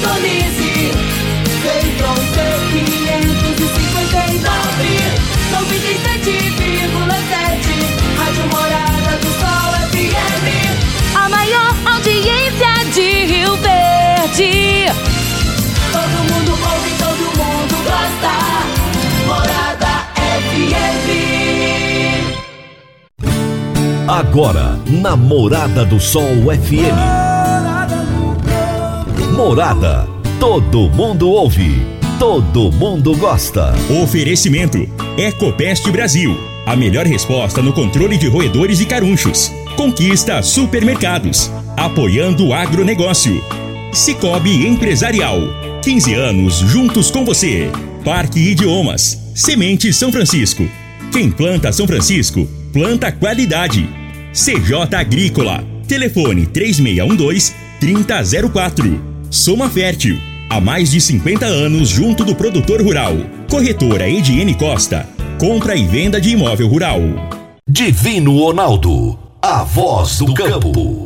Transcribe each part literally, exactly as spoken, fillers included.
sintonize. Central C quinhentos e cinquenta e nove, noventa e sete vírgula sete, Rádio Morada do Sol F M. A maior audiência de Rio Verde. Todo mundo ouve, todo mundo gosta. Morada F M. Agora, na Morada do Sol F M. Morada. Todo mundo ouve. Todo mundo gosta. Oferecimento. Ecopest Brasil. A melhor resposta no controle de roedores e carunchos. Conquista Supermercados. Apoiando o agronegócio. Cicobi Empresarial. quinze anos juntos com você. Parque Idiomas. Semente São Francisco. Quem planta São Francisco, planta qualidade. C J Agrícola. Telefone três seis um dois, três zero zero quatro. Soma Fértil. Há mais de cinquenta anos junto do produtor rural. Corretora Ediene Costa. Compra e venda de imóvel rural. Divino Ronaldo, a voz do campo.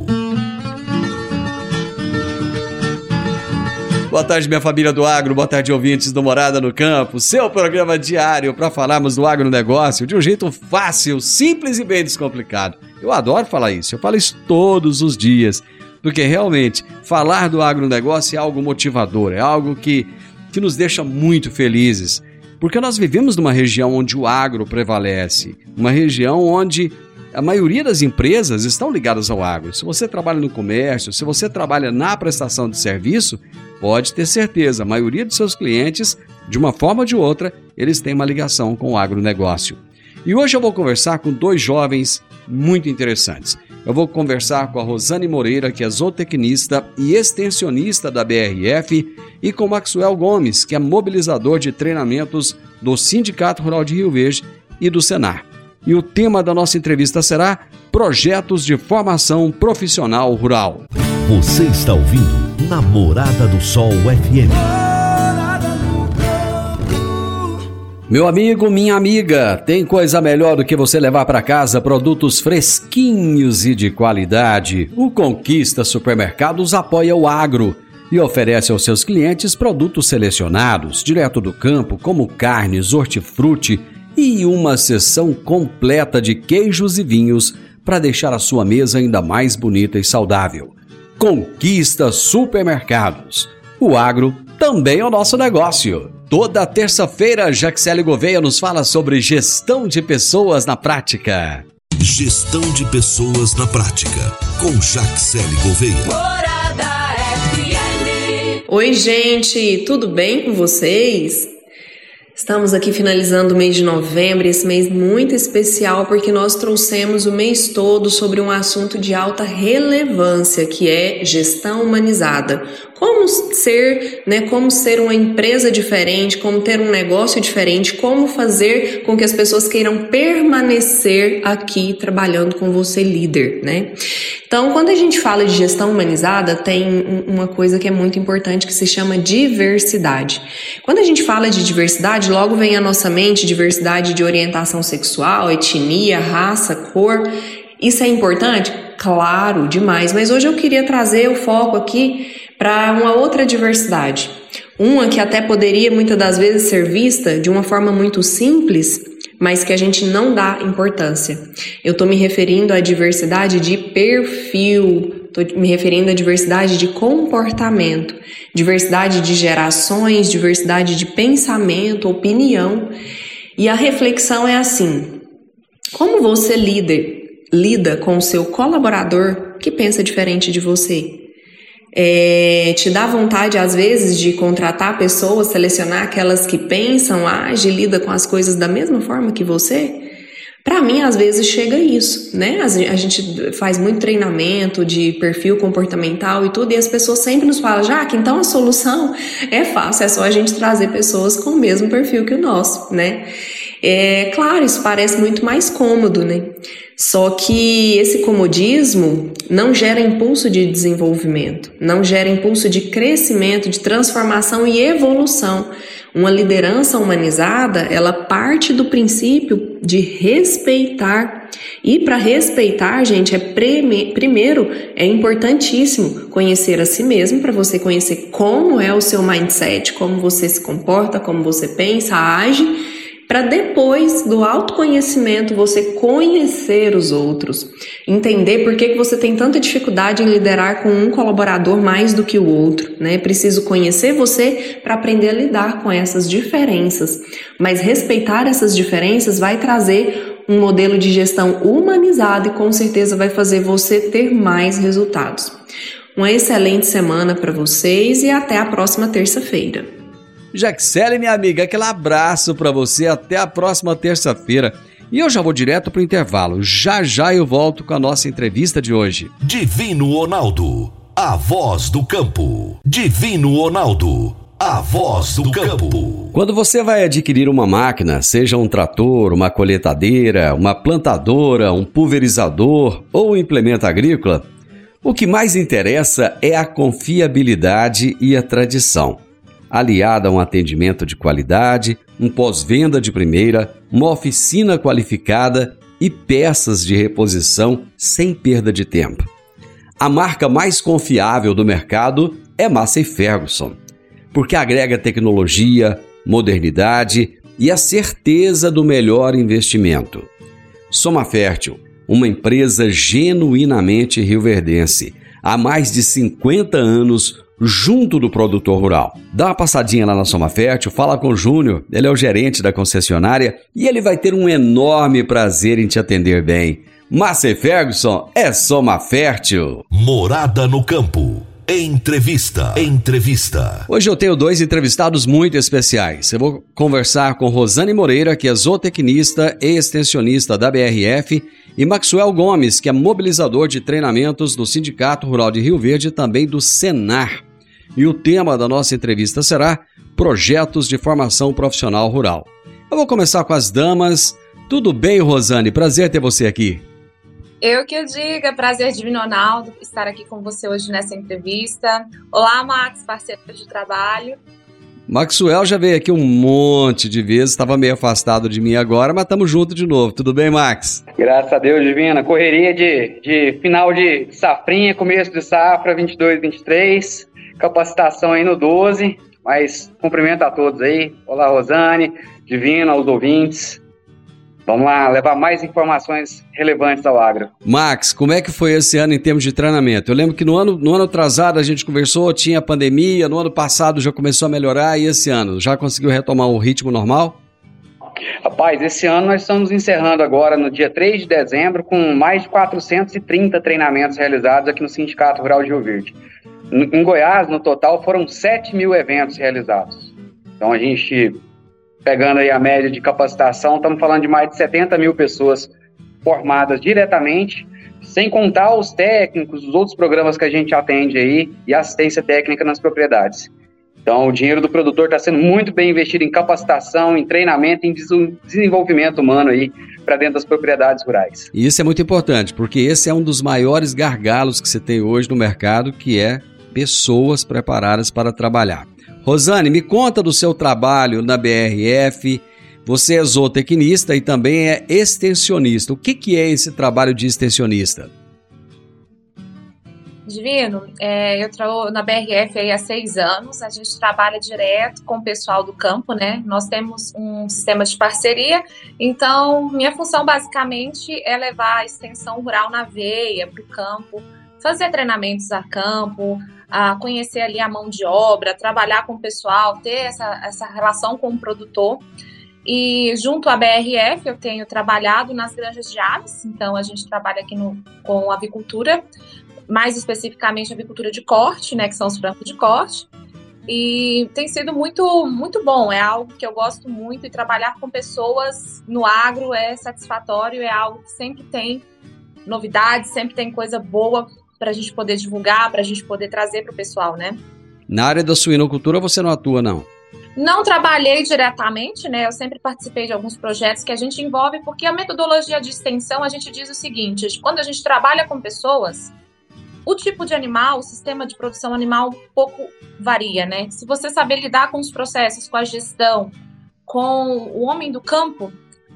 Boa tarde, minha família do agro, boa tarde, ouvintes do Morada no Campo, seu programa diário para falarmos do agronegócio de um jeito fácil, simples e bem descomplicado. Eu adoro falar isso, eu falo isso todos os dias, porque realmente falar do agronegócio é algo motivador, é algo que, que nos deixa muito felizes, porque nós vivemos numa região onde o agro prevalece, uma região onde a maioria das empresas estão ligadas ao agro. Se você trabalha no comércio, se você trabalha na prestação de serviço, pode ter certeza, a maioria dos seus clientes, de uma forma ou de outra, eles têm uma ligação com o agronegócio. E hoje eu vou conversar com dois jovens muito interessantes. Eu vou conversar com a Rosane Moreira, que é zootecnista e extensionista da B R F, e com o Maxwell Gomes, que é mobilizador de treinamentos do Sindicato Rural de Rio Verde e do Senar. E o tema da nossa entrevista será Projetos de Formação Profissional Rural. Você está ouvindo Namorada do Sol F M. Meu amigo, minha amiga, tem coisa melhor do que você levar para casa produtos fresquinhos e de qualidade. O Conquista Supermercados apoia o agro e oferece aos seus clientes produtos selecionados, direto do campo, como carnes, hortifruti e uma seção completa de queijos e vinhos para deixar a sua mesa ainda mais bonita e saudável. Conquista Supermercados. O agro também é o nosso negócio. Toda terça-feira, Jaxele Gouveia nos fala sobre gestão de pessoas na prática. Gestão de pessoas na prática, com Jaxele Gouveia. Morada F M. Oi, gente, tudo bem com vocês? Estamos aqui finalizando o mês de novembro, esse mês muito especial porque nós trouxemos o mês todo sobre um assunto de alta relevância, que é gestão humanizada. Como ser, né, como ser uma empresa diferente, como ter um negócio diferente, como fazer com que as pessoas queiram permanecer aqui trabalhando com você, líder, né? Então, quando a gente fala de gestão humanizada, tem uma coisa que é muito importante que se chama diversidade. Quando a gente fala de diversidade, logo vem à nossa mente diversidade de orientação sexual, etnia, raça, cor. Isso é importante? Claro, demais. Mas hoje eu queria trazer o foco aqui para uma outra diversidade. Uma que até poderia muitas das vezes ser vista de uma forma muito simples, mas que a gente não dá importância. Eu estou me referindo à diversidade de perfil, estou me referindo à diversidade de comportamento, diversidade de gerações, diversidade de pensamento, opinião. E a reflexão é assim: como você lida, lida com o seu colaborador que pensa diferente de você? É, te dá vontade, às vezes, de contratar pessoas, selecionar aquelas que pensam, agem, lidam com as coisas da mesma forma que você? Para mim, às vezes, chega isso, né? A gente faz muito treinamento de perfil comportamental e tudo, e as pessoas sempre nos falam, Jaque, então a solução é fácil, é só a gente trazer pessoas com o mesmo perfil que o nosso, né? É claro, isso parece muito mais cômodo, né? Só que esse comodismo não gera impulso de desenvolvimento, não gera impulso de crescimento, de transformação e evolução. Uma liderança humanizada, ela parte do princípio de respeitar E para respeitar, gente, é prime- primeiro é importantíssimo conhecer a si mesmo, para você conhecer como é o seu mindset, como você se comporta, como você pensa, age, para depois do autoconhecimento você conhecer os outros, entender por que, que você tem tanta dificuldade em liderar com um colaborador mais do que o outro, né? Preciso conhecer você para aprender a lidar com essas diferenças, mas respeitar essas diferenças vai trazer um modelo de gestão humanizado e com certeza vai fazer você ter mais resultados. Uma excelente semana para vocês e até a próxima terça-feira. Jaxele, minha amiga, aquele abraço para você, até a próxima terça-feira. E eu já vou direto pro intervalo, já já eu volto com a nossa entrevista de hoje. Divino Ronaldo, a voz do campo. Divino Ronaldo, a voz do campo. Quando você vai adquirir uma máquina, seja um trator, uma colheitadeira, uma plantadora, um pulverizador ou um implemento agrícola, o que mais interessa é a confiabilidade e a tradição, aliada a um atendimento de qualidade, um pós-venda de primeira, uma oficina qualificada e peças de reposição sem perda de tempo. A marca mais confiável do mercado é Massey Ferguson, porque agrega tecnologia, modernidade e a certeza do melhor investimento. Soma Fértil, uma empresa genuinamente rioverdense, há mais de cinquenta anos junto do produtor rural. Dá uma passadinha lá na Soma Fértil, fala com o Júnior, ele é o gerente da concessionária e ele vai ter um enorme prazer em te atender bem. Massey Ferguson é Soma Fértil. Morada no campo. Entrevista. Entrevista. Hoje eu tenho dois entrevistados muito especiais. Eu vou conversar com Rosane Moreira, que é zootecnista e extensionista da B R F, e Maxwell Gomes, que é mobilizador de treinamentos do Sindicato Rural de Rio Verde e também do Senar. E o tema da nossa entrevista será Projetos de Formação Profissional Rural. Eu vou começar com as damas. Tudo bem, Rosane? Prazer ter você aqui. Eu que eu diga, prazer, Divino Ronaldo, estar aqui com você hoje nessa entrevista. Olá, Max, parceiro de trabalho. Maxwell já veio aqui um monte de vezes, estava meio afastado de mim agora, mas estamos juntos de novo. Tudo bem, Max? Graças a Deus, Divina. Correria de, de final de safrinha, começo de safra, vinte e dois, vinte e três. Capacitação aí no doze, mas cumprimento a todos aí. Olá, Rosane, Divina, aos ouvintes. Vamos lá, levar mais informações relevantes ao agro. Max, como é que foi esse ano em termos de treinamento? Eu lembro que no ano, no ano atrasado a gente conversou, tinha pandemia, no ano passado já começou a melhorar, e esse ano? Já conseguiu retomar o ritmo normal? Rapaz, esse ano nós estamos encerrando agora no dia três de dezembro com mais de quatrocentos e trinta treinamentos realizados aqui no Sindicato Rural de Rio Verde. Em Goiás, no total, foram sete mil eventos realizados. Então a gente... Pegando aí a média de capacitação, estamos falando de mais de setenta mil pessoas formadas diretamente, sem contar os técnicos, os outros programas que a gente atende aí e assistência técnica nas propriedades. Então, o dinheiro do produtor está sendo muito bem investido em capacitação, em treinamento, em desenvolvimento humano aí para dentro das propriedades rurais. E isso é muito importante, porque esse é um dos maiores gargalos que você tem hoje no mercado, que é pessoas preparadas para trabalhar. Rosane, me conta do seu trabalho na B R F. Você é zootecnista e também é extensionista. O que, que é esse trabalho de extensionista? Divino, é, eu estou na B R F aí há seis anos. A gente trabalha direto com o pessoal do campo, né? Nós temos um sistema de parceria. Então, minha função basicamente é levar a extensão rural na veia para o campo, fazer treinamentos a campo, a conhecer ali a mão de obra, trabalhar com o pessoal, ter essa, essa relação com o produtor. E junto à B R F eu tenho trabalhado nas granjas de aves, então a gente trabalha aqui no, com avicultura, mais especificamente avicultura de corte, né, que são os francos de corte. E tem sido muito, muito bom, é algo que eu gosto muito, e trabalhar com pessoas no agro é satisfatório, é algo que sempre tem novidades, sempre tem coisa boa para a gente poder divulgar, para a gente poder trazer para o pessoal, né? Na área da suinocultura você não atua, não? Não trabalhei diretamente, né? Eu sempre participei de alguns projetos que a gente envolve, porque a metodologia de extensão, a gente diz o seguinte: quando a gente trabalha com pessoas, o tipo de animal, o sistema de produção animal um pouco varia, né? Se você saber lidar com os processos, com a gestão, com o homem do campo,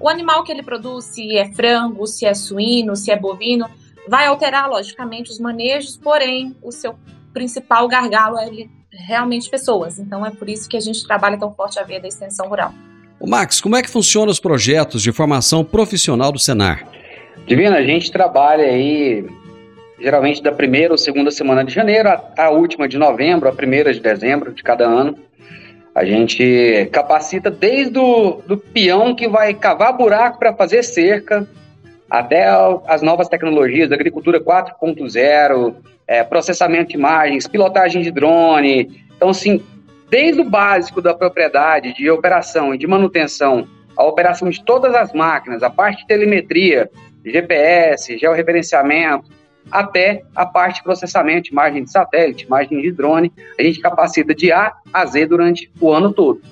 O animal que ele produz, se é frango, se é suíno, se é bovino, vai alterar, logicamente, os manejos, porém, o seu principal gargalo é ele, realmente pessoas. Então, é por isso que a gente trabalha tão forte a veia da extensão rural. Ô Max, como é que funcionam os projetos de formação profissional do Senar? Divina, a gente trabalha aí geralmente da primeira ou segunda semana de janeiro, a, a última de novembro, a primeira de dezembro de cada ano. A gente capacita desde o do peão que vai cavar buraco para fazer cerca, até as novas tecnologias, agricultura quatro ponto zero, é, processamento de imagens, pilotagem de drone. Então, assim, desde o básico da propriedade, de operação e de manutenção, a operação de todas as máquinas, a parte de telemetria, G P S, georreferenciamento, até a parte de processamento de imagem de satélite, imagem de drone, a gente capacita de A a Z durante o ano todo.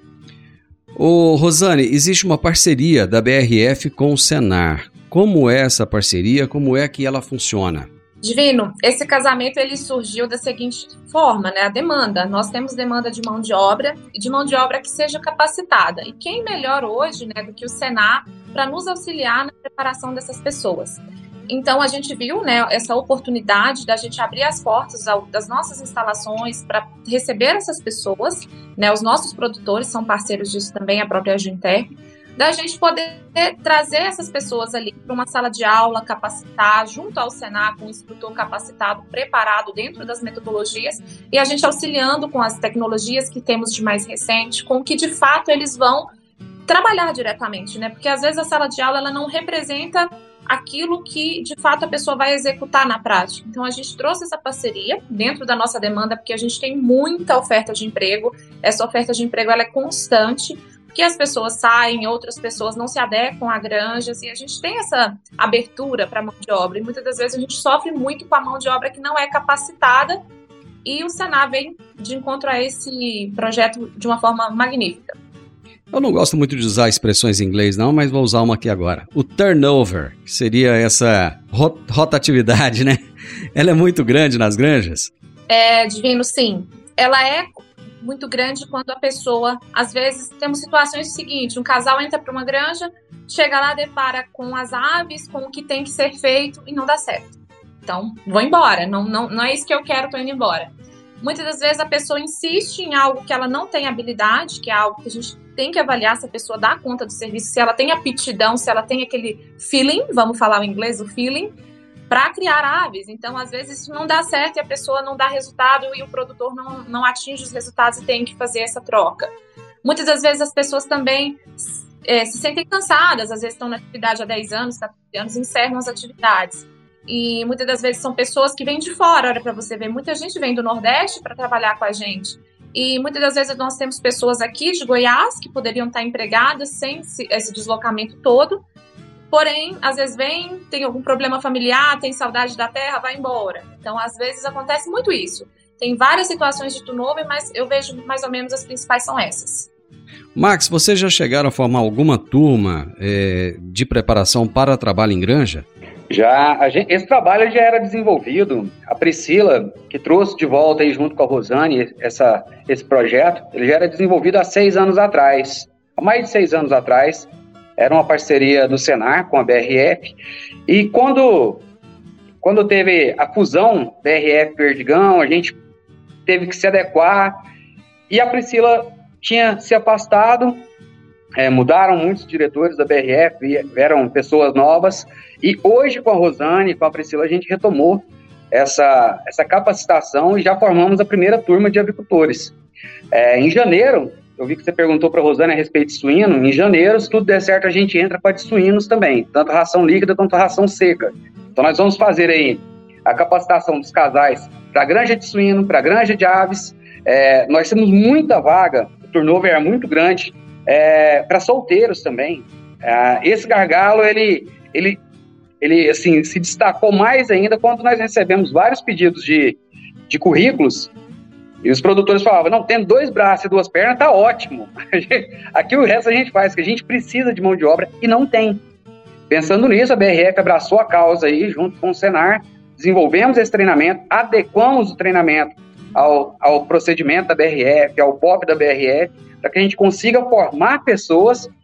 Ô Rosane, existe uma parceria da B R F com o Senar. Como é essa parceria? Como é que ela funciona? Divino, esse casamento ele surgiu da seguinte forma, né? A demanda. Nós temos demanda de mão de obra e de mão de obra que seja capacitada. E quem melhor hoje, né, do que o Senar para nos auxiliar na preparação dessas pessoas? Então, a gente viu, né, essa oportunidade da gente abrir as portas ao, das nossas instalações para receber essas pessoas, né? Os nossos produtores são parceiros disso também, a própria Aginter, da gente poder trazer essas pessoas ali para uma sala de aula, capacitar junto ao Senar, com um instrutor capacitado, preparado dentro das metodologias, e a gente auxiliando com as tecnologias que temos de mais recente, com que de fato eles vão trabalhar diretamente, né? Porque às vezes a sala de aula ela não representa aquilo que de fato a pessoa vai executar na prática. Então a gente trouxe essa parceria dentro da nossa demanda, porque a gente tem muita oferta de emprego, essa oferta de emprego ela é constante, porque as pessoas saem, outras pessoas não se adequam a granjas, e a gente tem essa abertura para a mão de obra, e muitas das vezes a gente sofre muito com a mão de obra que não é capacitada, e o Senar vem de encontro a esse projeto de uma forma magnífica. Eu não gosto muito de usar expressões em inglês não, mas vou usar uma aqui agora. O turnover, que seria essa rotatividade, né? Ela é muito grande nas granjas? É, Divino, sim. Ela é muito grande quando a pessoa, às vezes, temos situações seguintes, um casal entra para uma granja, chega lá, depara com as aves, com o que tem que ser feito e não dá certo. Então, vou embora, não, não, não é isso que eu quero, tô indo embora. Muitas das vezes a pessoa insiste em algo que ela não tem habilidade, que é algo que a gente tem que avaliar se a pessoa dá conta do serviço, se ela tem aptidão, se ela tem aquele feeling, vamos falar o inglês, o feeling, para criar aves. Então, às vezes, isso não dá certo e a pessoa não dá resultado e o produtor não, não atinge os resultados e tem que fazer essa troca. Muitas das vezes as pessoas também é, se sentem cansadas, às vezes estão na atividade há dez anos, catorze anos, encerram as atividades. E muitas das vezes são pessoas que vêm de fora, olha para você ver, muita gente vem do Nordeste para trabalhar com a gente. E muitas das vezes nós temos pessoas aqui de Goiás que poderiam estar empregadas sem esse deslocamento todo, porém, às vezes vem, tem algum problema familiar, tem saudade da terra, vai embora. Então, às vezes acontece muito isso. Tem várias situações de turnover, mas eu vejo mais ou menos as principais são essas. Max, vocês já chegaram a formar alguma turma é, de preparação para trabalho em granja? Já, a gente, esse trabalho já era desenvolvido, a Priscila, que trouxe de volta aí junto com a Rosane essa, esse projeto, ele já era desenvolvido há seis anos atrás, há mais de seis anos atrás, era uma parceria do Senar com a B R F, e quando, quando teve a fusão B R F Perdigão, a gente teve que se adequar, e a Priscila tinha se afastado, É, mudaram muitos diretores da B R F, vieram pessoas novas, e hoje com a Rosane, com a Priscila, a gente retomou essa, essa capacitação e já formamos a primeira turma de avicultores. É, em janeiro, eu vi que você perguntou para a Rosane a respeito de suíno, em janeiro, se tudo der certo, a gente entra para de suínos também, tanto a ração líquida quanto a ração seca. Então nós vamos fazer aí a capacitação dos casais para a granja de suíno, para a granja de aves. É, nós temos muita vaga, o turnover é muito grande, É, para solteiros também. É, esse gargalo, ele, ele, ele assim, se destacou mais ainda quando nós recebemos vários pedidos de, de currículos e os produtores falavam, não, tendo dois braços e duas pernas, tá ótimo. Aqui o resto a gente faz, que a gente precisa de mão de obra e não tem. Pensando nisso, a B R F abraçou a causa aí, junto com o Senar, desenvolvemos esse treinamento, adequamos o treinamento ao, ao procedimento da B R F, ao P O P da B R F, para que a gente consiga formar pessoas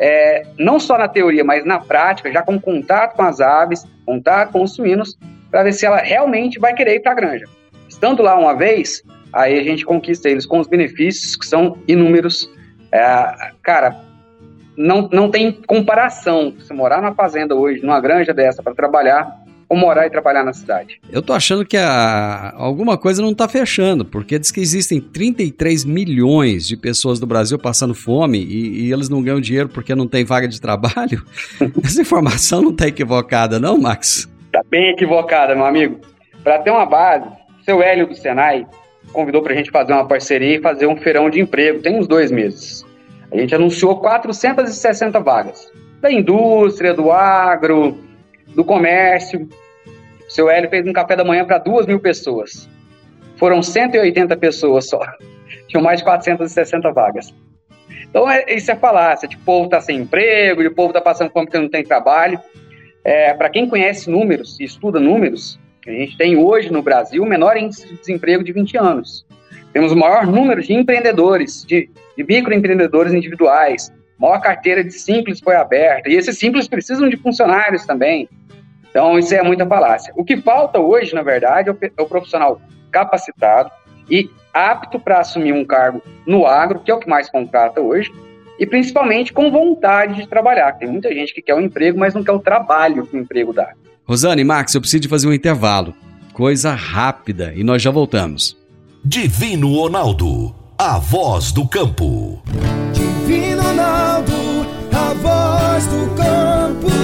é, não só na teoria, mas na prática, já com contato com as aves, contato com os suínos, para ver se ela realmente vai querer ir para a granja. Estando lá uma vez, aí a gente conquista eles com os benefícios, que são inúmeros. É, cara, não, não tem comparação você morar numa fazenda hoje, numa granja dessa para trabalhar, ou morar e trabalhar na cidade. Eu tô achando que a, alguma coisa não tá fechando, porque diz que existem trinta e três milhões de pessoas do Brasil passando fome e, e eles não ganham dinheiro porque não tem vaga de trabalho. Essa informação não tá equivocada não, Max? Tá bem equivocada, meu amigo. Para ter uma base, o seu Hélio do Senai convidou pra gente fazer uma parceria e fazer um feirão de emprego, tem uns dois meses. A gente anunciou quatrocentas e sessenta vagas, da indústria, do agro, do comércio. O seu Hélio fez um café da manhã para duas mil pessoas. Foram cento e oitenta pessoas só. Tinham mais de quatrocentas e sessenta vagas. Então, é, isso é falácia, de povo tá sem emprego, de povo tá passando fome porque não tem trabalho. É, para quem conhece números e estuda números, a gente tem hoje no Brasil o menor índice de desemprego de vinte anos. Temos o maior número de empreendedores, de, de microempreendedores individuais. A maior carteira de simples foi aberta. E esses simples precisam de funcionários também. Então, isso é muita falácia. O que falta hoje, na verdade, é o profissional capacitado e apto para assumir um cargo no agro, que é o que mais contrata hoje, e principalmente com vontade de trabalhar. Tem muita gente que quer um emprego, mas não quer o trabalho que o emprego dá. Rosane, Max, eu preciso de fazer um intervalo. Coisa rápida e nós já voltamos. Divino Ronaldo, a voz do campo. Divino Ronaldo, a voz do campo.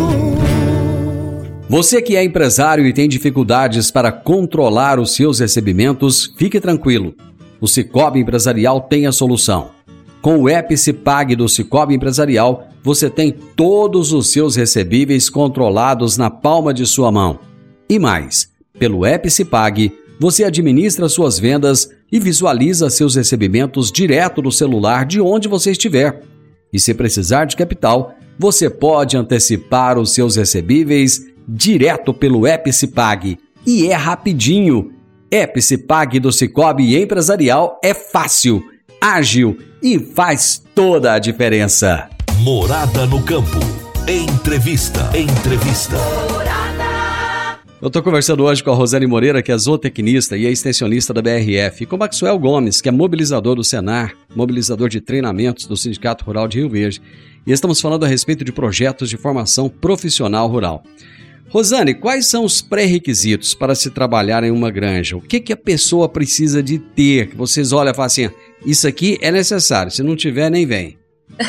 Você que é empresário e tem dificuldades para controlar os seus recebimentos, fique tranquilo. O Cicobi Empresarial tem a solução. Com o EpiCipag do Cicobi Empresarial, você tem todos os seus recebíveis controlados na palma de sua mão. E mais, pelo EpiCipag, você administra suas vendas e visualiza seus recebimentos direto no celular de onde você estiver. E se precisar de capital, você pode antecipar os seus recebíveis direto pelo EpiCipag. E é rapidinho. EpiCipag do Cicobi Empresarial é fácil, ágil e faz toda a diferença. Morada no campo. Entrevista. Entrevista. Eu estou conversando hoje com a Rosane Moreira, que é zootecnista e é extensionista da B R F, e com o Maxwell Gomes, que é mobilizador do Senar, mobilizador de treinamentos do Sindicato Rural de Rio Verde. E estamos falando a respeito de projetos de formação profissional rural. Rosane, quais são os pré-requisitos para se trabalhar em uma granja? O que, que a pessoa precisa de ter? Que vocês olham e falam assim, isso aqui é necessário, se não tiver, nem vem.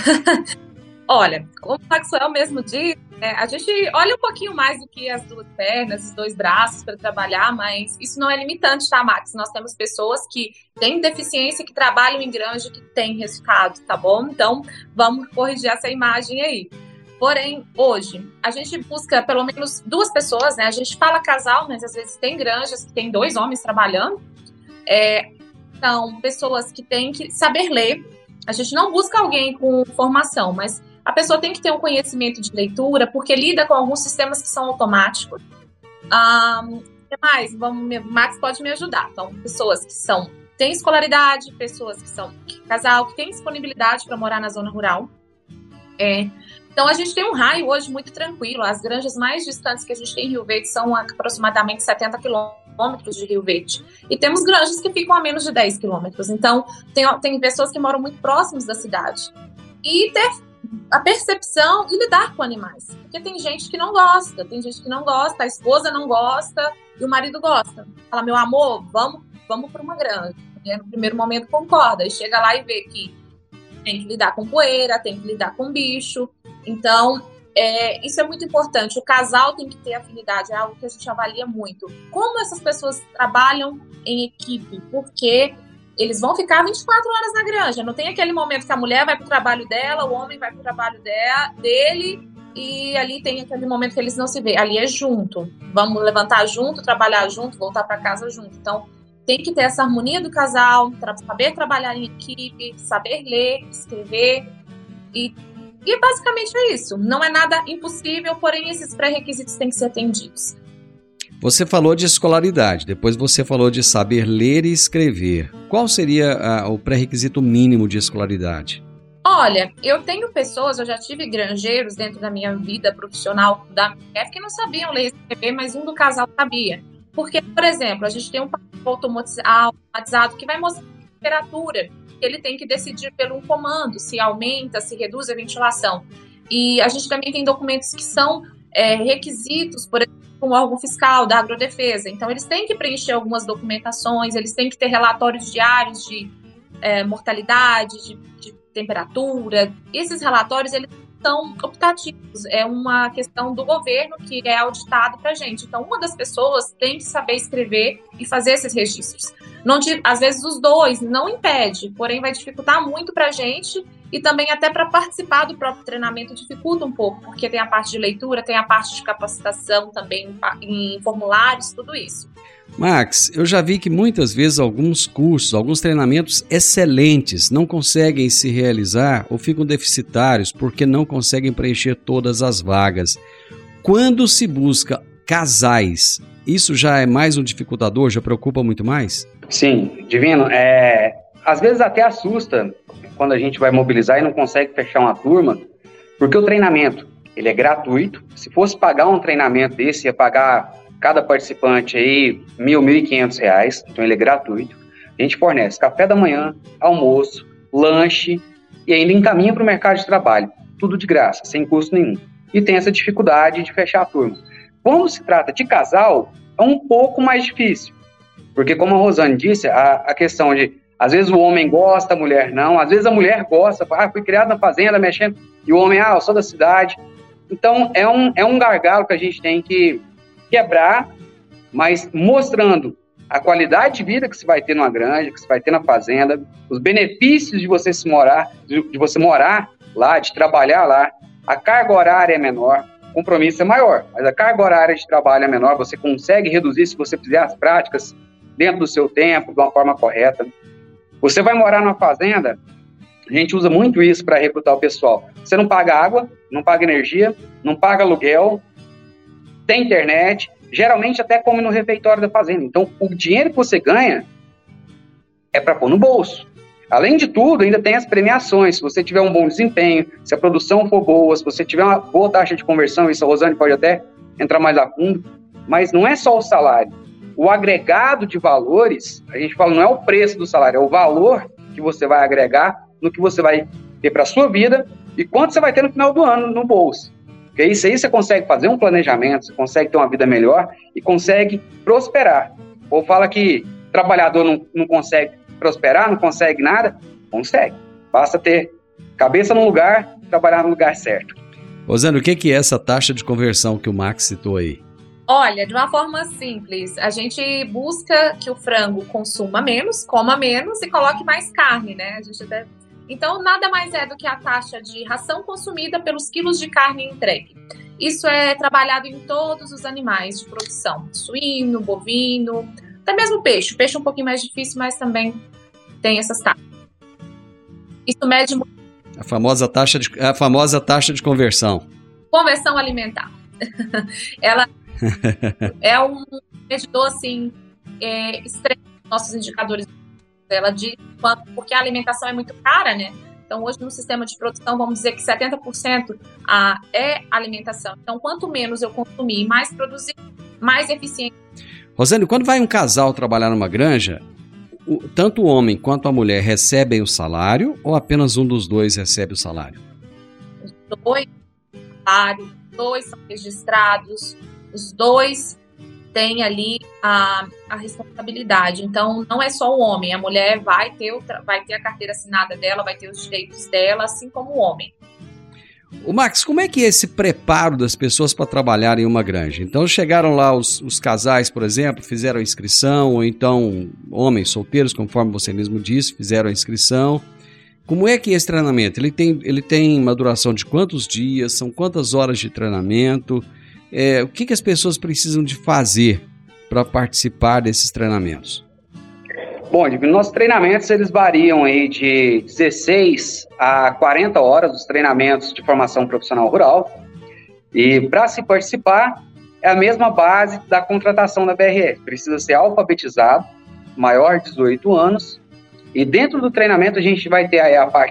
Olha, como o Maxwell mesmo disse, né, a gente olha um pouquinho mais do que as duas pernas, os dois braços para trabalhar, mas isso não é limitante, tá, Max? Nós temos pessoas que têm deficiência, que trabalham em granja, que têm resultado, tá bom? Então, vamos corrigir essa imagem aí. Porém, hoje, a gente busca pelo menos duas pessoas, né? A gente fala casal, mas às vezes tem granjas que tem dois homens trabalhando. É, são pessoas que têm que saber ler. A gente não busca alguém com formação, mas a pessoa tem que ter um conhecimento de leitura, porque lida com alguns sistemas que são automáticos. Um, o que mais? Vamos, Max pode me ajudar. Então, pessoas que são, têm escolaridade, pessoas que são casal, que têm disponibilidade para morar na zona rural. É, então, a gente tem um raio hoje muito tranquilo. As granjas mais distantes que a gente tem em Rio Verde são aproximadamente setenta quilômetros de Rio Verde. E temos granjas que ficam a menos de dez quilômetros. Então, tem, tem pessoas que moram muito próximos da cidade. E ter a percepção e lidar com animais. Porque tem gente que não gosta, tem gente que não gosta, a esposa não gosta e o marido gosta. Fala, meu amor, vamos, vamos para uma granja. E no primeiro momento concorda. E chega lá e vê que tem que lidar com poeira, tem que lidar com bicho. Então, é, isso é muito importante. O casal tem que ter afinidade, é algo que a gente avalia muito. Como essas pessoas trabalham em equipe? Porque eles vão ficar vinte e quatro horas na granja. Não tem aquele momento que a mulher vai para o trabalho dela, o homem vai para o trabalho dela, dele, e ali tem aquele momento que eles não se veem. Ali é junto. Vamos levantar junto, trabalhar junto, voltar para casa junto. Então, tem que ter essa harmonia do casal, saber trabalhar em equipe, saber ler, escrever. E, e basicamente é isso. Não é nada impossível, porém esses pré-requisitos têm que ser atendidos. Você falou de escolaridade, depois você falou de saber ler e escrever. Qual seria uh, o pré-requisito mínimo de escolaridade? Olha, eu tenho pessoas, eu já tive granjeiros dentro da minha vida profissional da B R F que não sabiam ler e escrever, mas um do casal sabia. Porque, por exemplo, a gente tem um painel automatizado que vai mostrar a temperatura. Ele tem que decidir pelo comando, se aumenta, se reduz a ventilação. E a gente também tem documentos que são é, requisitos, por exemplo, um órgão fiscal da agrodefesa. Então, eles têm que preencher algumas documentações, eles têm que ter relatórios diários de é, mortalidade, de, de temperatura. Esses relatórios, eles são optativos, é uma questão do governo que é auditado para a gente. Então, uma das pessoas tem que saber escrever e fazer esses registros. Não, às vezes, os dois não impede, porém vai dificultar muito para a gente e também até para participar do próprio treinamento dificulta um pouco, porque tem a parte de leitura, tem a parte de capacitação também em formulários, tudo isso. Max, eu já vi que muitas vezes alguns cursos, alguns treinamentos excelentes não conseguem se realizar ou ficam deficitários porque não conseguem preencher todas as vagas. Quando se busca casais, isso já é mais um dificultador, já preocupa muito mais? Sim, Divino, é, às vezes até assusta quando a gente vai mobilizar e não consegue fechar uma turma, porque o treinamento, ele é gratuito. Se fosse pagar um treinamento desse, ia pagar cada participante aí mil, mil e quinhentos reais, então ele é gratuito. A gente fornece café da manhã, almoço, lanche e ainda encaminha para o mercado de trabalho, tudo de graça, sem custo nenhum. E tem essa dificuldade de fechar a turma. Quando se trata de casal, é um pouco mais difícil, porque como a Rosane disse, a, a questão de, às vezes o homem gosta, a mulher não, às vezes a mulher gosta, ah, fui criado na fazenda, mexendo, e o homem, ah, eu sou da cidade. Então é um, é um gargalo que a gente tem que quebrar, mas mostrando a qualidade de vida que você vai ter numa granja, que você vai ter na fazenda, os benefícios de você se morar, de, de você morar lá, de trabalhar lá. A carga horária é menor, o compromisso é maior, mas a carga horária de trabalho é menor, você consegue reduzir se você fizer as práticas dentro do seu tempo, de uma forma correta. Você vai morar numa fazenda, a gente usa muito isso para recrutar o pessoal. Você não paga água, não paga energia, não paga aluguel, tem internet, geralmente até come no refeitório da fazenda. Então, o dinheiro que você ganha é para pôr no bolso. Além de tudo, ainda tem as premiações. Se você tiver um bom desempenho, se a produção for boa, se você tiver uma boa taxa de conversão, isso a Rosane pode até entrar mais a fundo, mas não é só o salário. O agregado de valores, a gente fala, não é o preço do salário, é o valor que você vai agregar no que você vai ter para a sua vida e quanto você vai ter no final do ano no bolso. Porque isso aí você consegue fazer um planejamento, você consegue ter uma vida melhor e consegue prosperar. Ou fala que trabalhador não, não consegue prosperar, não consegue nada, consegue. Basta ter cabeça no lugar, trabalhar no lugar certo. Rosane, o que é essa taxa de conversão que o Max citou aí? Olha, de uma forma simples, a gente busca que o frango consuma menos, coma menos e coloque mais carne, né? A gente até... Então, nada mais é do que a taxa de ração consumida pelos quilos de carne entregue. Isso é trabalhado em todos os animais de produção, suíno, bovino, até mesmo peixe. Peixe é um pouquinho mais difícil, mas também tem essas taxas. Isso mede muito. A famosa taxa de, a famosa taxa de conversão. Conversão alimentar. Ela é um medidor, assim, é, extremo dos nossos indicadores. Ela diz quanto, porque a alimentação é muito cara, né? Então, hoje, no sistema de produção, vamos dizer que setenta por cento a, é alimentação. Então, quanto menos eu consumir, mais produzir, mais eficiente. Rosane, quando vai um casal trabalhar numa granja, o, tanto o homem quanto a mulher recebem o salário ou apenas um dos dois recebe o salário? Os dois, salário, os dois são registrados, os dois tem ali a, a responsabilidade. Então, não é só o homem. A mulher vai ter, o, vai ter a carteira assinada dela, vai ter os direitos dela, assim como o homem. O Max, como é que é esse preparo das pessoas para trabalhar em uma granja? Então, chegaram lá os, os casais, por exemplo, fizeram a inscrição, ou então homens solteiros, conforme você mesmo disse, fizeram a inscrição. Como é que é esse treinamento? Ele tem, ele tem uma duração de quantos dias? São quantas horas de treinamento? É, o que, que as pessoas precisam de fazer para participar desses treinamentos? Bom, nossos treinamentos eles variam aí de dezesseis a quarenta horas, os treinamentos de formação profissional rural. E para se participar, é a mesma base da contratação da B R F. Precisa ser alfabetizado, maior de dezoito anos. E dentro do treinamento a gente vai ter aí a parte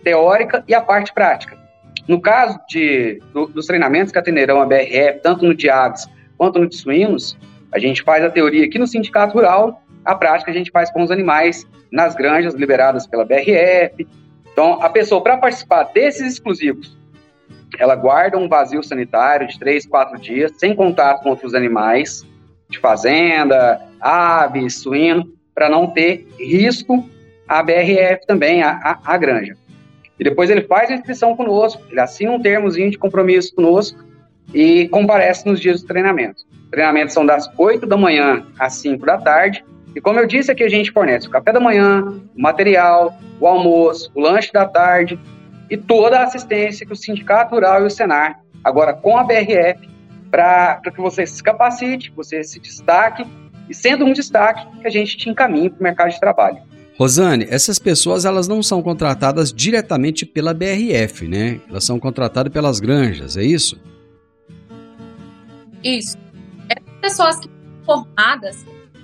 teórica e a parte prática. No caso de, do, dos treinamentos que atenderão a B R F, tanto no de aves quanto no de suínos, a gente faz a teoria aqui no Sindicato Rural, a prática a gente faz com os animais nas granjas liberadas pela B R F. Então, a pessoa, para participar desses exclusivos, ela guarda um vazio sanitário de três, quatro dias, sem contato com outros animais, de fazenda, aves, suíno, para não ter risco à B R F também, à, à, à granja. E depois ele faz a inscrição conosco, ele assina um termozinho de compromisso conosco e comparece nos dias do treinamento. Os treinamentos são das oito da manhã às cinco da tarde. E como eu disse aqui, a gente fornece o café da manhã, o material, o almoço, o lanche da tarde e toda a assistência que o Sindicato Rural e o Senar, agora com a B R F, para que você se capacite, você se destaque e, sendo um destaque, que a gente te encaminhe para o mercado de trabalho. Rosane, essas pessoas elas não são contratadas diretamente pela B R F, né? Elas são contratadas pelas granjas, é isso? Isso. Essas pessoas que são formadas,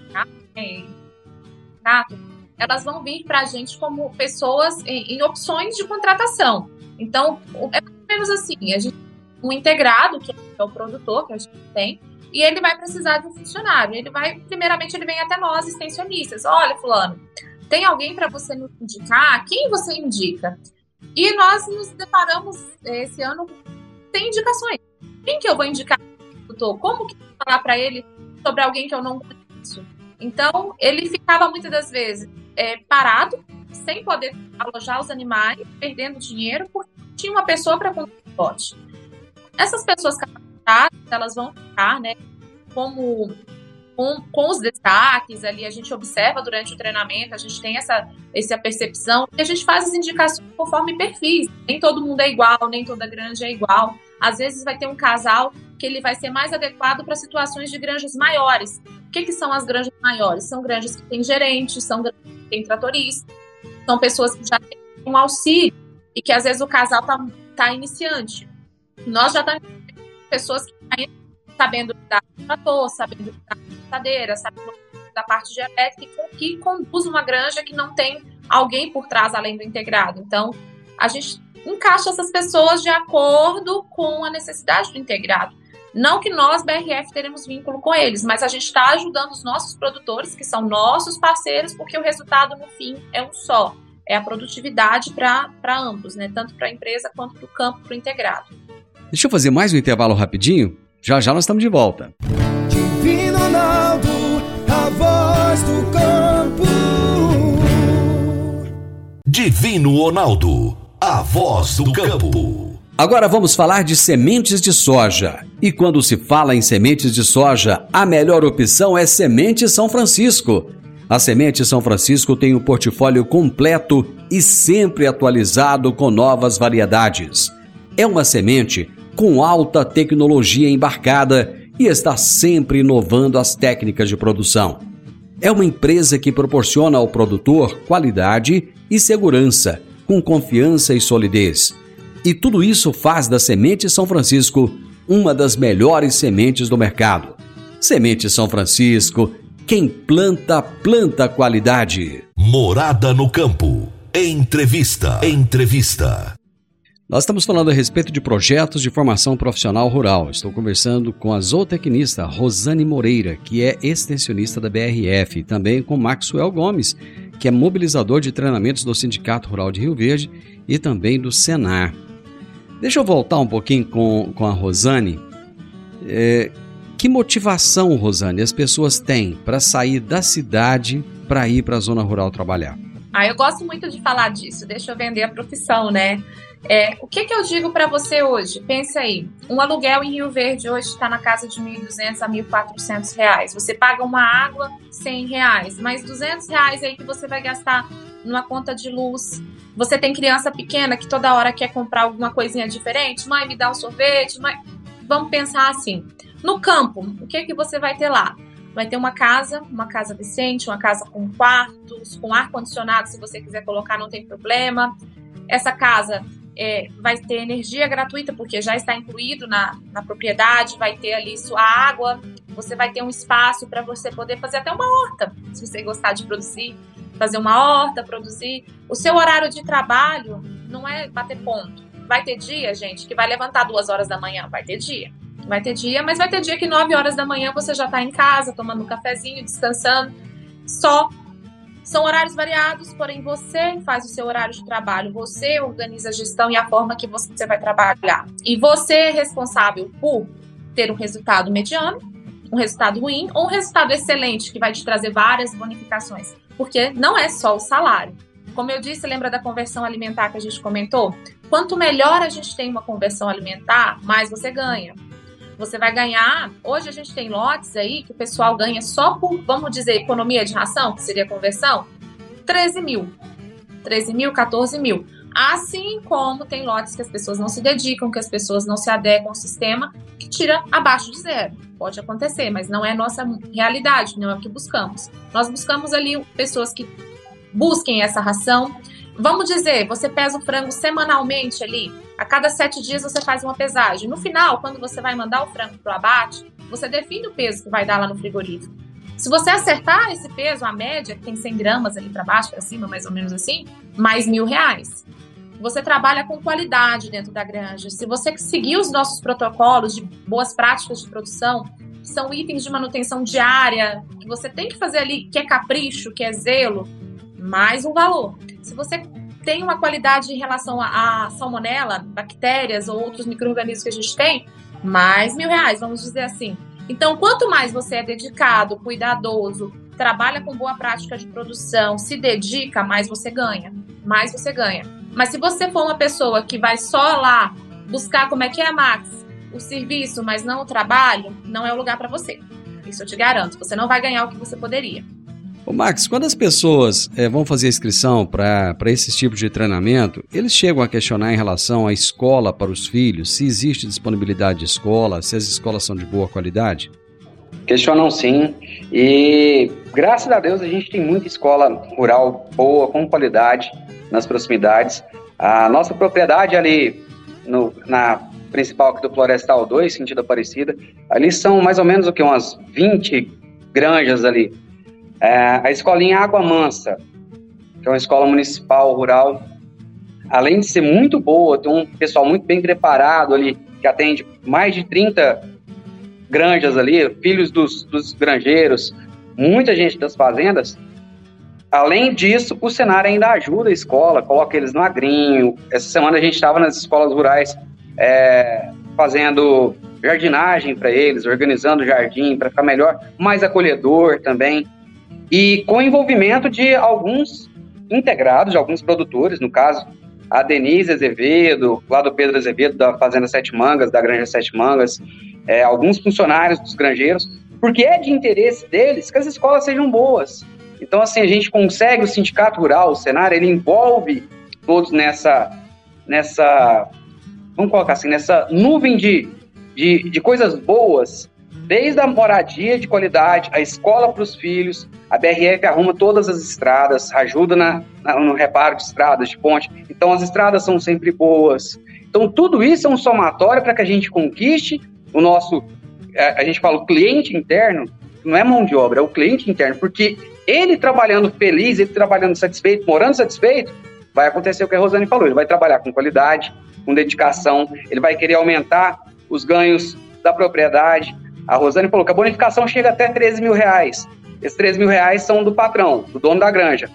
elas vão vir para a gente como pessoas em, em opções de contratação. Então, é mais ou menos assim, a gente um integrado, que é o produtor que a gente tem, e ele vai precisar de um funcionário. Ele vai, primeiramente, ele vem até nós, extensionistas. Olha, fulano, tem alguém para você nos indicar? Quem você indica? E nós nos deparamos esse ano sem indicações. Quem que eu vou indicar? Como que eu vou falar para ele sobre alguém que eu não conheço? Então, ele ficava muitas das vezes é, parado, sem poder alojar os animais, perdendo dinheiro, porque tinha uma pessoa para contar o lote. Essas pessoas capacitadas, elas vão ficar, né, como com, com os destaques ali, a gente observa durante o treinamento, a gente tem essa, essa percepção, e a gente faz as indicações conforme perfis. Nem todo mundo é igual, nem toda granja é igual. Às vezes vai ter um casal que ele vai ser mais adequado para situações de granjas maiores. O que, que são as granjas maiores? São granjas que têm gerentes, são granjas que têm tratoristas, são pessoas que já têm um auxílio e que às vezes o casal está tá iniciante. Nós já estamos pessoas que estão sabendo lidar com trator, sabendo lidar com passadeira, sabendo da parte de elétrica, que conduz uma granja que não tem alguém por trás além do integrado. Então, a gente encaixa essas pessoas de acordo com a necessidade do integrado. Não que nós, B R F, teremos vínculo com eles, mas a gente está ajudando os nossos produtores, que são nossos parceiros, porque o resultado, no fim, é um só. É a produtividade para ambos, né? Tanto para a empresa quanto para o campo, para o integrado. Deixa eu fazer mais um intervalo rapidinho. Já já nós estamos de volta. Divino Ronaldo, a voz do campo. Divino Ronaldo, a voz do campo. Agora vamos falar de sementes de soja. E quando se fala em sementes de soja, a melhor opção é Semente São Francisco. A Semente São Francisco tem um portfólio completo e sempre atualizado com novas variedades. É uma semente com alta tecnologia embarcada e está sempre inovando as técnicas de produção. É uma empresa que proporciona ao produtor qualidade e segurança, com confiança e solidez. E tudo isso faz da Semente São Francisco uma das melhores sementes do mercado. Semente São Francisco, quem planta, planta qualidade. Morada no Campo. Entrevista. Entrevista. Nós estamos falando a respeito de projetos de formação profissional rural. Estou conversando com a zootecnista Rosane Moreira, que é extensionista da B R F, e também com Maxwell Gomes, que é mobilizador de treinamentos do Sindicato Rural de Rio Verde e também do Senar. Deixa eu voltar um pouquinho com, com a Rosane. É, que motivação, Rosane, as pessoas têm para sair da cidade para ir para a zona rural trabalhar? Ah, eu gosto muito de falar disso. Deixa eu vender a profissão, né? É, o que, que eu digo para você hoje? Pense aí, um aluguel em Rio Verde hoje está na casa de mil e duzentos a mil e quatrocentos reais. Você paga uma água cem reais, mais duzentos reais aí que você vai gastar numa conta de luz. Você tem criança pequena que toda hora quer comprar alguma coisinha diferente. Mãe, me dá um sorvete. Mãe... Vamos pensar assim. No campo, o que, que você vai ter lá? Vai ter uma casa, uma casa decente, uma casa com quartos, com ar-condicionado, se você quiser colocar, não tem problema. Essa casa é, vai ter energia gratuita, porque já está incluído na, na propriedade, vai ter ali sua água, você vai ter um espaço para você poder fazer até uma horta, se você gostar de produzir, fazer uma horta, produzir. O seu horário de trabalho não é bater ponto. Vai ter dia, gente, que vai levantar duas horas da manhã, vai ter dia. Vai ter dia, mas vai ter dia que nove horas da manhã você já está em casa, tomando um cafezinho, descansando. Só. São horários variados, porém você faz o seu horário de trabalho, você organiza a gestão e a forma que você vai trabalhar. E você é responsável por ter um resultado mediano, um resultado ruim ou um resultado excelente, que vai te trazer várias bonificações. Porque não é só o salário. Como eu disse, lembra da conversão alimentar que a gente comentou? Quanto melhor a gente tem uma conversão alimentar, mais você ganha. Você vai ganhar, hoje a gente tem lotes aí que o pessoal ganha só por, vamos dizer, economia de ração, que seria conversão, treze mil. treze mil, quatorze mil. Assim como tem lotes que as pessoas não se dedicam, que as pessoas não se adequam ao sistema, que tira abaixo de zero. Pode acontecer, mas não é nossa realidade, não é o que buscamos. Nós buscamos ali pessoas que busquem essa ração. Vamos dizer, você pesa o frango semanalmente ali, a cada sete dias você faz uma pesagem. No final, quando você vai mandar o frango para o abate, você define o peso que vai dar lá no frigorífico. Se você acertar esse peso, a média, que tem cem gramas ali para baixo, para cima, mais ou menos assim, mais mil reais. Você trabalha com qualidade dentro da granja. Se você seguir os nossos protocolos de boas práticas de produção, que são itens de manutenção diária, que você tem que fazer ali, que é capricho, que é zelo, mais um valor. Se você tem uma qualidade em relação a, a salmonela, bactérias ou outros micro-organismos que a gente tem, mais mil reais, vamos dizer assim. Então, quanto mais você é dedicado, cuidadoso, trabalha com boa prática de produção, se dedica, mais você ganha. Mais você ganha. Mas se você for uma pessoa que vai só lá buscar como é que é, Max, o serviço, mas não o trabalho, não é o lugar para você. Isso eu te garanto. Você não vai ganhar o que você poderia. Ô Max, quando as pessoas é, vão fazer inscrição para esses tipos de treinamento, eles chegam a questionar em relação à escola para os filhos, se existe disponibilidade de escola, se as escolas são de boa qualidade? Questionam sim, e graças a Deus a gente tem muita escola rural boa, com qualidade, nas proximidades. A nossa propriedade ali, no, na principal aqui do Florestal dois, sentido Aparecida, ali são mais ou menos o que, umas vinte granjas ali. É, a escolinha Água Mansa, que é uma escola municipal rural, além de ser muito boa, tem um pessoal muito bem preparado ali, que atende mais de trinta granjas ali, filhos dos, dos granjeiros, muita gente das fazendas. Além disso, o Senar ainda ajuda a escola, coloca eles no agrinho. Essa semana a gente estava nas escolas rurais é, fazendo jardinagem para eles, organizando o jardim para ficar melhor, mais acolhedor também. E com o envolvimento de alguns integrados, de alguns produtores, no caso, a Denise Azevedo, lá do Pedro Azevedo, da Fazenda Sete Mangas, da Granja Sete Mangas, é, alguns funcionários dos granjeiros, porque é de interesse deles que as escolas sejam boas. Então, assim, a gente consegue, o Sindicato Rural, o Senar, ele envolve todos nessa, nessa vamos colocar assim, nessa nuvem de, de, de coisas boas, desde a moradia de qualidade, a escola para os filhos, a B R F arruma todas as estradas, ajuda na, na, no reparo de estradas, de ponte, então as estradas são sempre boas. Então tudo isso é um somatório para que a gente conquiste o nosso, a, a gente fala o cliente interno, não é mão de obra, é o cliente interno, porque ele trabalhando feliz, ele trabalhando satisfeito, morando satisfeito, vai acontecer o que a Rosane falou, ele vai trabalhar com qualidade, com dedicação, ele vai querer aumentar os ganhos da propriedade. A Rosane falou que a bonificação chega até treze mil reais. Esses treze mil reais são do patrão, do dono da granja.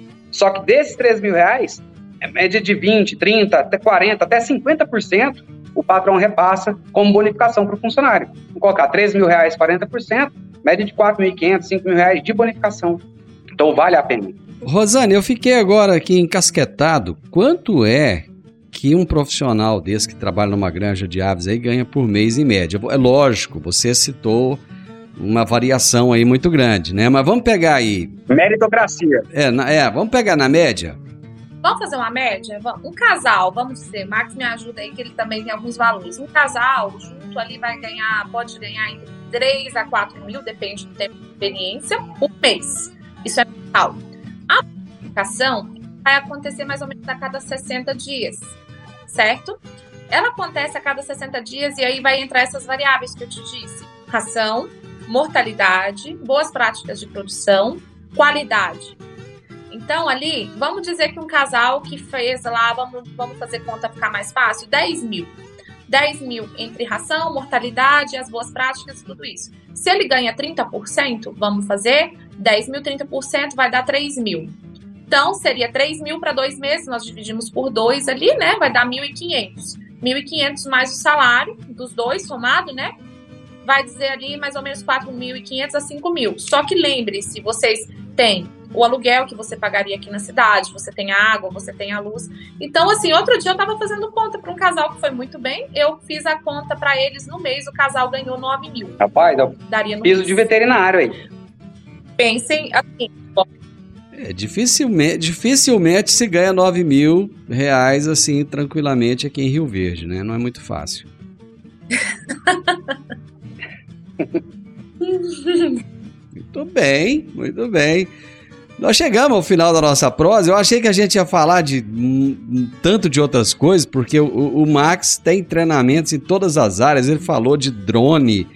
Só que desses treze mil reais, é média de vinte, trinta, até quarenta, até cinquenta por cento o patrão repassa como bonificação para o funcionário. Vou colocar treze mil reais, quarenta por cento, média de quatro mil e quinhentos, cinco mil reais de bonificação. Então vale a pena. Rosane, eu fiquei agora aqui encasquetado. Quanto é que um profissional desse que trabalha numa granja de aves aí ganha por mês em média? É lógico, você citou uma variação aí muito grande, né? Mas vamos pegar aí... Meritocracia. É, na, é vamos pegar na média? Vamos fazer uma média? Um casal, vamos dizer, Max me ajuda aí que ele também tem alguns valores. Um casal junto ali vai ganhar, pode ganhar entre três a quatro mil, depende do tempo de experiência, por mês. Isso é total. A bonificação vai acontecer mais ou menos a cada sessenta dias, certo? Ela acontece a cada sessenta dias e aí vai entrar essas variáveis que eu te disse. Ração, mortalidade, boas práticas de produção, qualidade. Então, ali, vamos dizer que um casal que fez lá, vamos, vamos fazer conta ficar mais fácil, dez mil. dez mil entre ração, mortalidade, as boas práticas, tudo isso. Se ele ganha trinta por cento, vamos fazer, dez mil, trinta por cento vai dar três mil. Então, seria três mil para dois meses, nós dividimos por dois ali, né? Vai dar mil e quinhentos. mil e quinhentos mais o salário dos dois somado, né? Vai dizer ali mais ou menos quatro mil e quinhentos a cinco mil. Só que lembre-se, vocês têm o aluguel que você pagaria aqui na cidade, você tem a água, você tem a luz. Então, assim, outro dia eu tava fazendo conta para um casal que foi muito bem, eu fiz a conta para eles no mês, o casal ganhou nove mil. Rapaz, eu daria no piso mês. de veterinário aí. Pensem assim, bom, É, dificilmente, dificilmente se ganha nove mil reais assim, tranquilamente aqui em Rio Verde, né? Não é muito fácil. Muito bem, muito bem. Nós chegamos ao final da nossa prosa. Eu achei que a gente ia falar de um, um tanto de outras coisas, porque o, o Max tem treinamentos em todas as áreas. Ele falou de drone,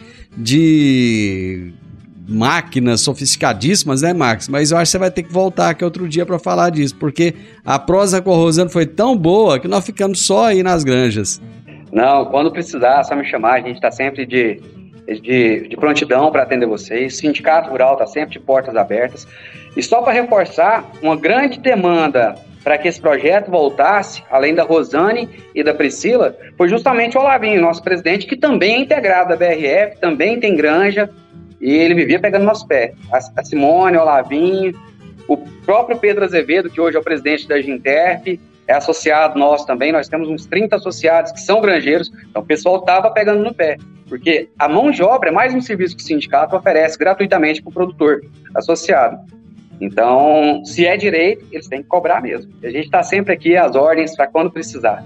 de máquinas sofisticadíssimas, né, Max? Mas eu acho que você vai ter que voltar aqui outro dia para falar disso, porque a prosa com a Rosane foi tão boa que nós ficamos só aí nas granjas. Não, quando precisar, é só me chamar. A gente está sempre de, de, de prontidão para atender vocês. O Sindicato Rural está sempre de portas abertas. E só para reforçar, uma grande demanda para que esse projeto voltasse, além da Rosane e da Priscila, foi justamente o Olavinho, nosso presidente, que também é integrado da B R F, também tem granja, e ele vivia pegando nosso pé. A Simone, o Olavinho, o próprio Pedro Azevedo, que hoje é o presidente da Ginterf, é associado nosso também. Nós temos uns trinta associados que são granjeiros, então o pessoal estava pegando no pé, porque a mão de obra é mais um serviço que o sindicato oferece gratuitamente para o produtor associado. Então, se é direito, eles têm que cobrar mesmo. A gente está sempre aqui às ordens para quando precisar.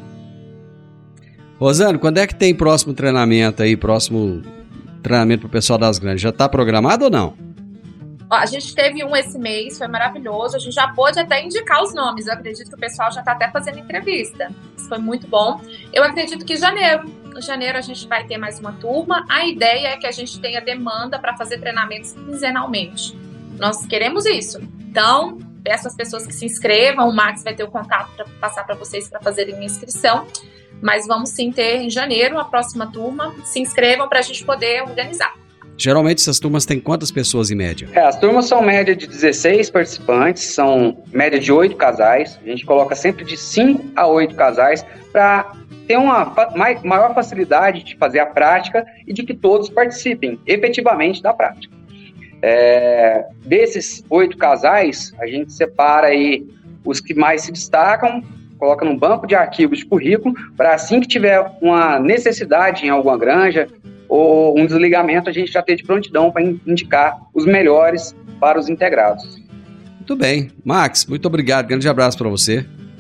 Rosane, quando é que tem próximo treinamento aí, próximo treinamento para o pessoal das granjas? Já está programado ou não? Ó, a gente teve um esse mês, foi maravilhoso. A gente já pôde até indicar os nomes. Eu acredito que o pessoal já está até fazendo entrevista. Isso foi muito bom. Eu acredito que em janeiro, em janeiro a gente vai ter mais uma turma. A ideia é que a gente tenha demanda para fazer treinamentos quinzenalmente. Nós queremos isso. Então, peço às pessoas que se inscrevam. O Max vai ter o contato para passar para vocês para fazerem a inscrição. Mas vamos sim ter em janeiro a próxima turma. Se inscrevam para a gente poder organizar. Geralmente essas turmas têm quantas pessoas em média? É, as turmas são média de dezesseis participantes, são média de oito casais. A gente coloca sempre de cinco a oito casais para ter uma maior facilidade de fazer a prática e de que todos participem efetivamente da prática. É, desses oito casais, a gente separa aí os que mais se destacam, coloca num banco de arquivos de currículo, para assim que tiver uma necessidade em alguma granja ou um desligamento, a gente já ter de prontidão para indicar os melhores para os integrados. Muito bem. Max, muito obrigado. Grande abraço para você.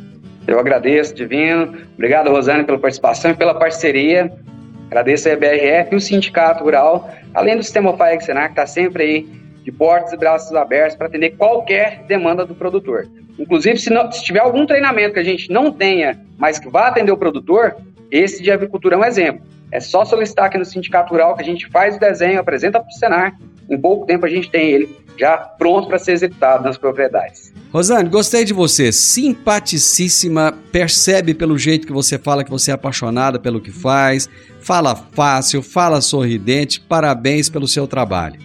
Eu agradeço, Divino. Obrigado, Rosane, pela participação e pela parceria. Agradeço a B R F e o Sindicato Rural, além do Sistema O F A E Senar, que está sempre aí de portas e braços abertos para atender qualquer demanda do produtor. Inclusive, se, não, se tiver algum treinamento que a gente não tenha, mas que vá atender o produtor, esse de avicultura é um exemplo. É só solicitar aqui no Sindicato Rural que a gente faz o desenho, apresenta para o Senar. Em pouco tempo a gente tem ele já pronto para ser executado nas propriedades. Rosane, gostei de você, simpaticíssima, percebe pelo jeito que você fala que você é apaixonada pelo que faz, fala fácil, fala sorridente, parabéns pelo seu trabalho.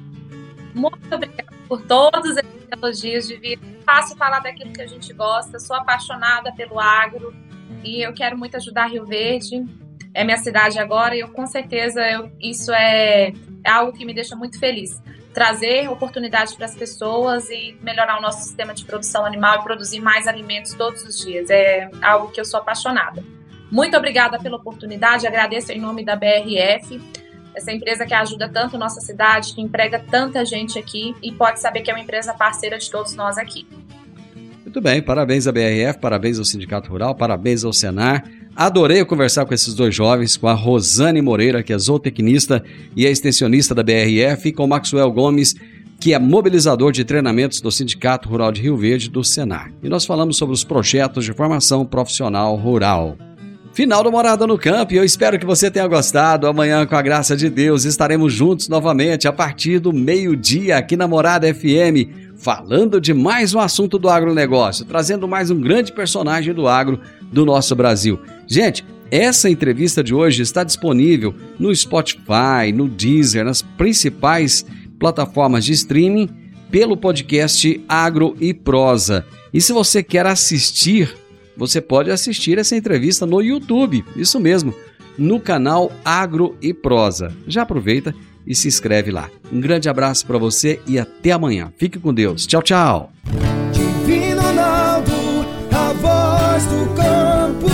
Muito obrigada por todos esses elogios, de vida. É fácil falar daquilo que a gente gosta, sou apaixonada pelo agro e eu quero muito ajudar Rio Verde, é minha cidade agora e eu com certeza eu, isso é, é algo que me deixa muito feliz. Trazer oportunidades para as pessoas e melhorar o nosso sistema de produção animal e produzir mais alimentos todos os dias. É algo que eu sou apaixonada. Muito obrigada pela oportunidade, agradeço em nome da B R F, essa empresa que ajuda tanto a nossa cidade, que emprega tanta gente aqui e pode saber que é uma empresa parceira de todos nós aqui. Muito bem, parabéns à B R F, parabéns ao Sindicato Rural, parabéns ao Senar. Adorei conversar com esses dois jovens, com a Rosane Moreira, que é zootecnista e é extensionista da B R F, e com o Maxwell Gomes, que é mobilizador de treinamentos do Sindicato Rural de Rio Verde, do Senar. E nós falamos sobre os projetos de formação profissional rural. Final do Morada no Campo, e eu espero que você tenha gostado. Amanhã, com a graça de Deus, estaremos juntos novamente a partir do meio-dia aqui na Morada F M. falando de mais um assunto do agronegócio, trazendo mais um grande personagem do agro do nosso Brasil. Gente, essa entrevista de hoje está disponível no Spotify, no Deezer, nas principais plataformas de streaming, pelo podcast Agro e Prosa. E se você quer assistir, você pode assistir essa entrevista no YouTube, isso mesmo, no canal Agro e Prosa. Já aproveita e se inscreve lá. Um grande abraço para você e até amanhã. Fique com Deus. Tchau, tchau. Divino Ronaldo, a voz do campo.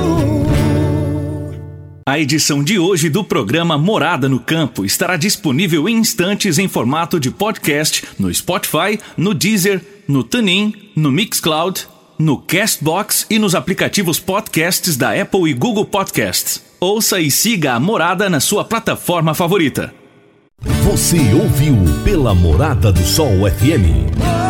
A edição de hoje do programa Morada no Campo estará disponível em instantes em formato de podcast no Spotify, no Deezer, no TuneIn, no Mixcloud, no Castbox e nos aplicativos podcasts da Apple e Google Podcasts. Ouça e siga a Morada na sua plataforma favorita. Você ouviu pela Morada do Sol F M.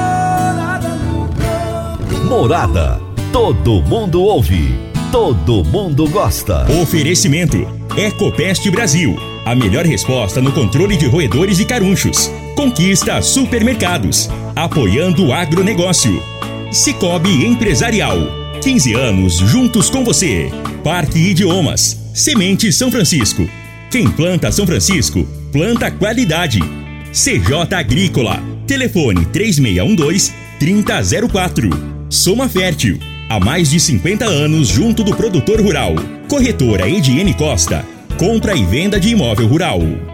Morada. Todo mundo ouve. Todo mundo gosta. Oferecimento: Ecopest Brasil. A melhor resposta no controle de roedores e carunchos. Conquista Supermercados. Apoiando o agronegócio. Cicobi Empresarial. quinze anos juntos com você. Parque Idiomas. Semente São Francisco. Quem planta São Francisco, planta qualidade. C J Agrícola. Telefone três seis um dois, três zero zero quatro. Soma Fértil. Há mais de cinquenta anos junto do produtor rural. Corretora Ediene Costa. Compra e venda de imóvel rural.